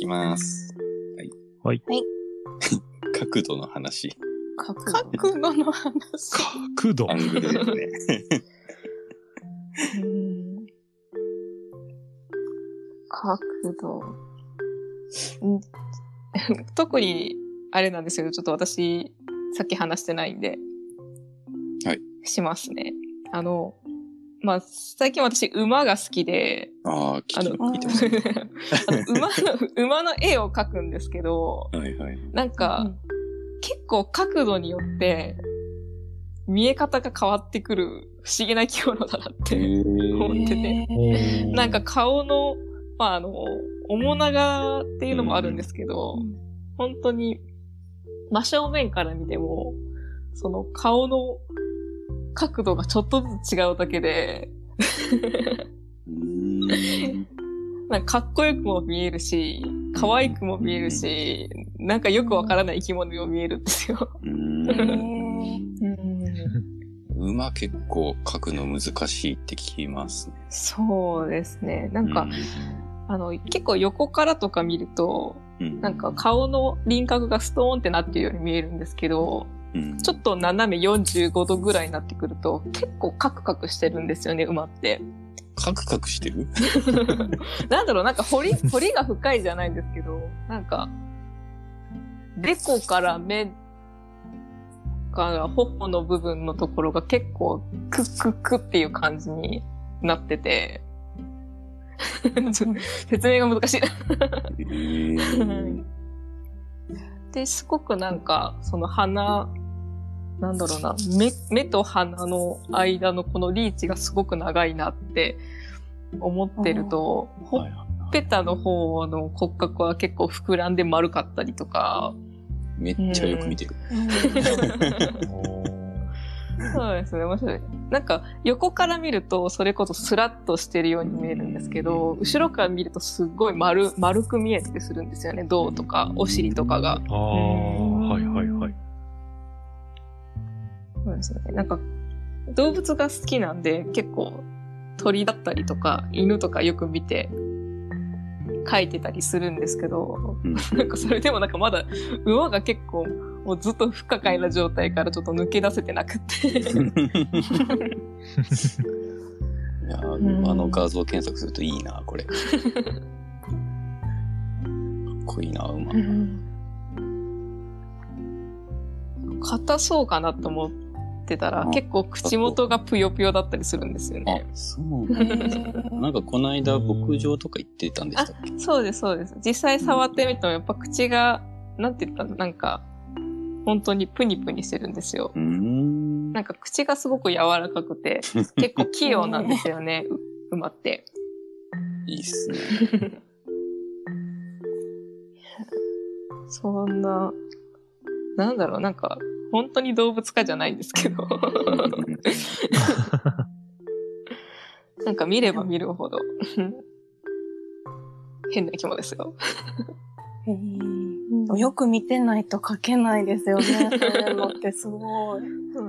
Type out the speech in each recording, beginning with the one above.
きます。はい。 はい。 角度の話。 角度の話。 角度。 アングルですね。 角度。特に、あれなんですよ。ちょっと私、さっき話してないんで。 はい。 しますね。まあ、最近私、馬が好きで。 聞いてますね。 馬の絵を描くんですけど、 はいはい。 なんか、結構角度によって、見え方が変わってくる不思議な生き物だなって思ってて。なんか顔の、まあ面長っていうのもあるんですけど、本当に、真正面から見ても、その顔の角度がちょっとずつ違うだけで、なんかかっこよくも見えるし、可愛くも見えるし、なんかよくわからない生き物にも見えるんですよ。 馬結構描くの難しいって聞きますね。 そうですね。なんか、結構横からとか見ると、なんか顔の輪郭がストーンってなってるように見えるんですけど、ちょっと斜め45度ぐらいになってくると、結構カクカクしてるんですよね、馬って。 カクカクしてるなんだろう、なんか彫りが深いじゃないんですけど、なんか、デコから目から頬の部分のところが結構クックックっていう感じになってて、説明が難しい。で、すごくなんか、その鼻、なんだろうな、目と鼻の間のこのリーチがすごく長いなって思ってると、ほっぺたの方の骨格は結構膨らんで丸かったりとか。 めっちゃよく見てる。 そうですね、面白い。なんか、横から見ると、それこそスラッとしてるように見えるんですけど、後ろから見るとすっごい丸く見えてするんですよね、胴とか、お尻とかが。 はいはいはい。 そうですね。なんか、動物が好きなんで、結構、鳥だったりとか、犬とかよく見て、描いてたりするんですけど、なんかそれでもなんかまだ、馬が結構、もうずっと不可解な状態からちょっと抜け出せてなくて。いや画像検索するといいな、これ。かっこいいな、馬。 硬そうかなと思ってたら、結構口元がぷよぷよだったりするんですよね。 そうなんですか。なんかこの間牧場とか行ってたんでしたっけ？ そうです、そうです。実際触ってみてもやっぱ口が、なんて言ったらなんか、本当にプニプニしてるんですよ。なんか口がすごく柔らかくて、結構器用なんですよね、馬って。 いいっすね。 そんな、なんだろう、なんか、本当に動物科じゃないんですけど。なんか見れば見るほど、変な生き物ですよ。 よく見てないと描けないですよね。そういうのってすごい。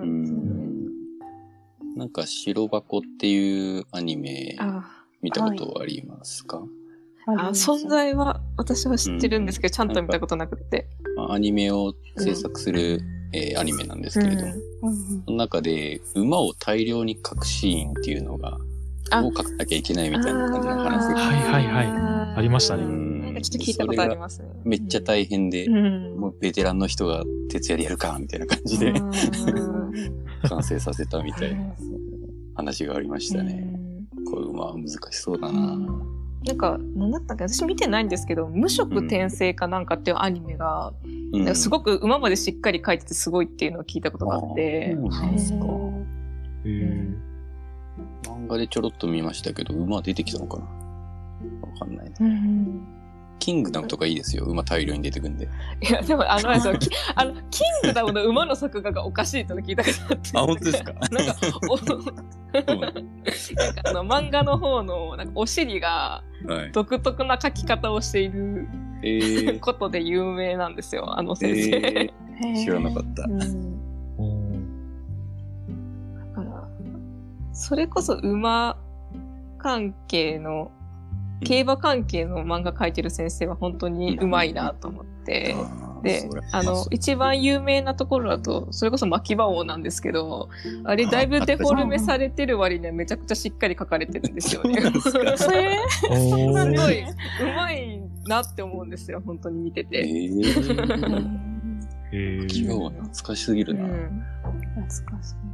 なんか白箱っていうアニメ見たことありますか？ 存在は私は知ってるんですけど、ちゃんと見たことなくて。 アニメを制作する、アニメなんですけれど、その中で馬を大量に描くシーンっていうのが、を描かなきゃいけないみたいな感じの話が。 はいはいはい。ありましたね。 ちょっと聞いたことありますね。 めっちゃ大変で、もうベテランの人が徹夜でやるかみたいな感じで完成させたみたいな話がありましたね。こういう馬は難しそうだな。 なんか、なんだったっけ、私見てないんですけど、無色転生かなんかっていうアニメが、すごく馬までしっかり描いててすごいっていうのを聞いたことがあって。 漫画でちょろっと見ましたけど、馬出てきたのかな？わかんないな。キングダムとかいいですよ。馬大量に出てくんで。 いや、でもキングダムの馬の作画がおかしいと聞いたことあって。 本当ですか？ なんか漫画の方のなんかお尻が独特な描き方をしている、ことで有名なんですよ、先生。 知らなかった。 だから、それこそ馬関係の競馬関係の漫画描いてる先生は本当に上手いなと思って、で、一番有名なところだと、それこそ牧場王なんですけど、あれだいぶデフォルメされてる割にはめちゃくちゃしっかり描かれてるんですよね。すごい上手いなって思うんですよ、本当に見てて。 牧場王懐かしすぎるな。懐かしい。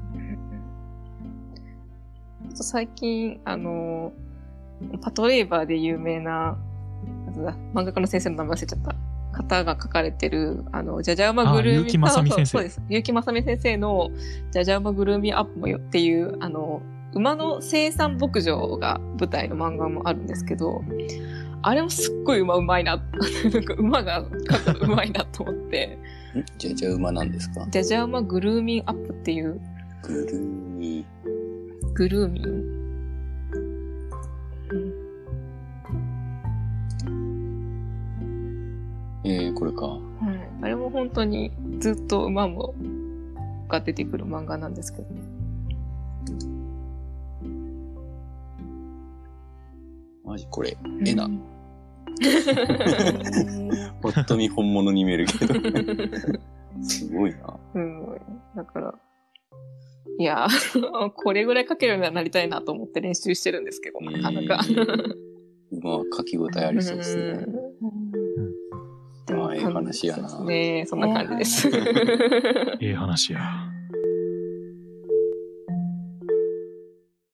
最近、パトレイバーで有名な、漫画家の先生の名前忘れちゃった方が書かれてる、じゃじゃ馬グルーミー、 結城正美先生。 そうです。結城正美先生の、じゃじゃ馬グルーミーアップもよっていう、馬の生産牧場が舞台の漫画もあるんですけど、あれもすっごい馬うまいな、なんか馬が描くのうまいなと思って。 じゃじゃ馬なんですか？ じゃじゃ馬グルーミーアップっていう。 グルーミー。 グルーミー。 これか。 あれも本当にずっと馬もが出てくる漫画なんですけど。 マジこれ、絵な。ほっと見本物に見えるけど。すごいな。 だから、いや、これぐらい描けるようにはなりたいなと思って練習してるんですけど、なかなか。 馬は描き応えありそうですね。ええ話やな。 ね、そんな感じです。 ええ話や。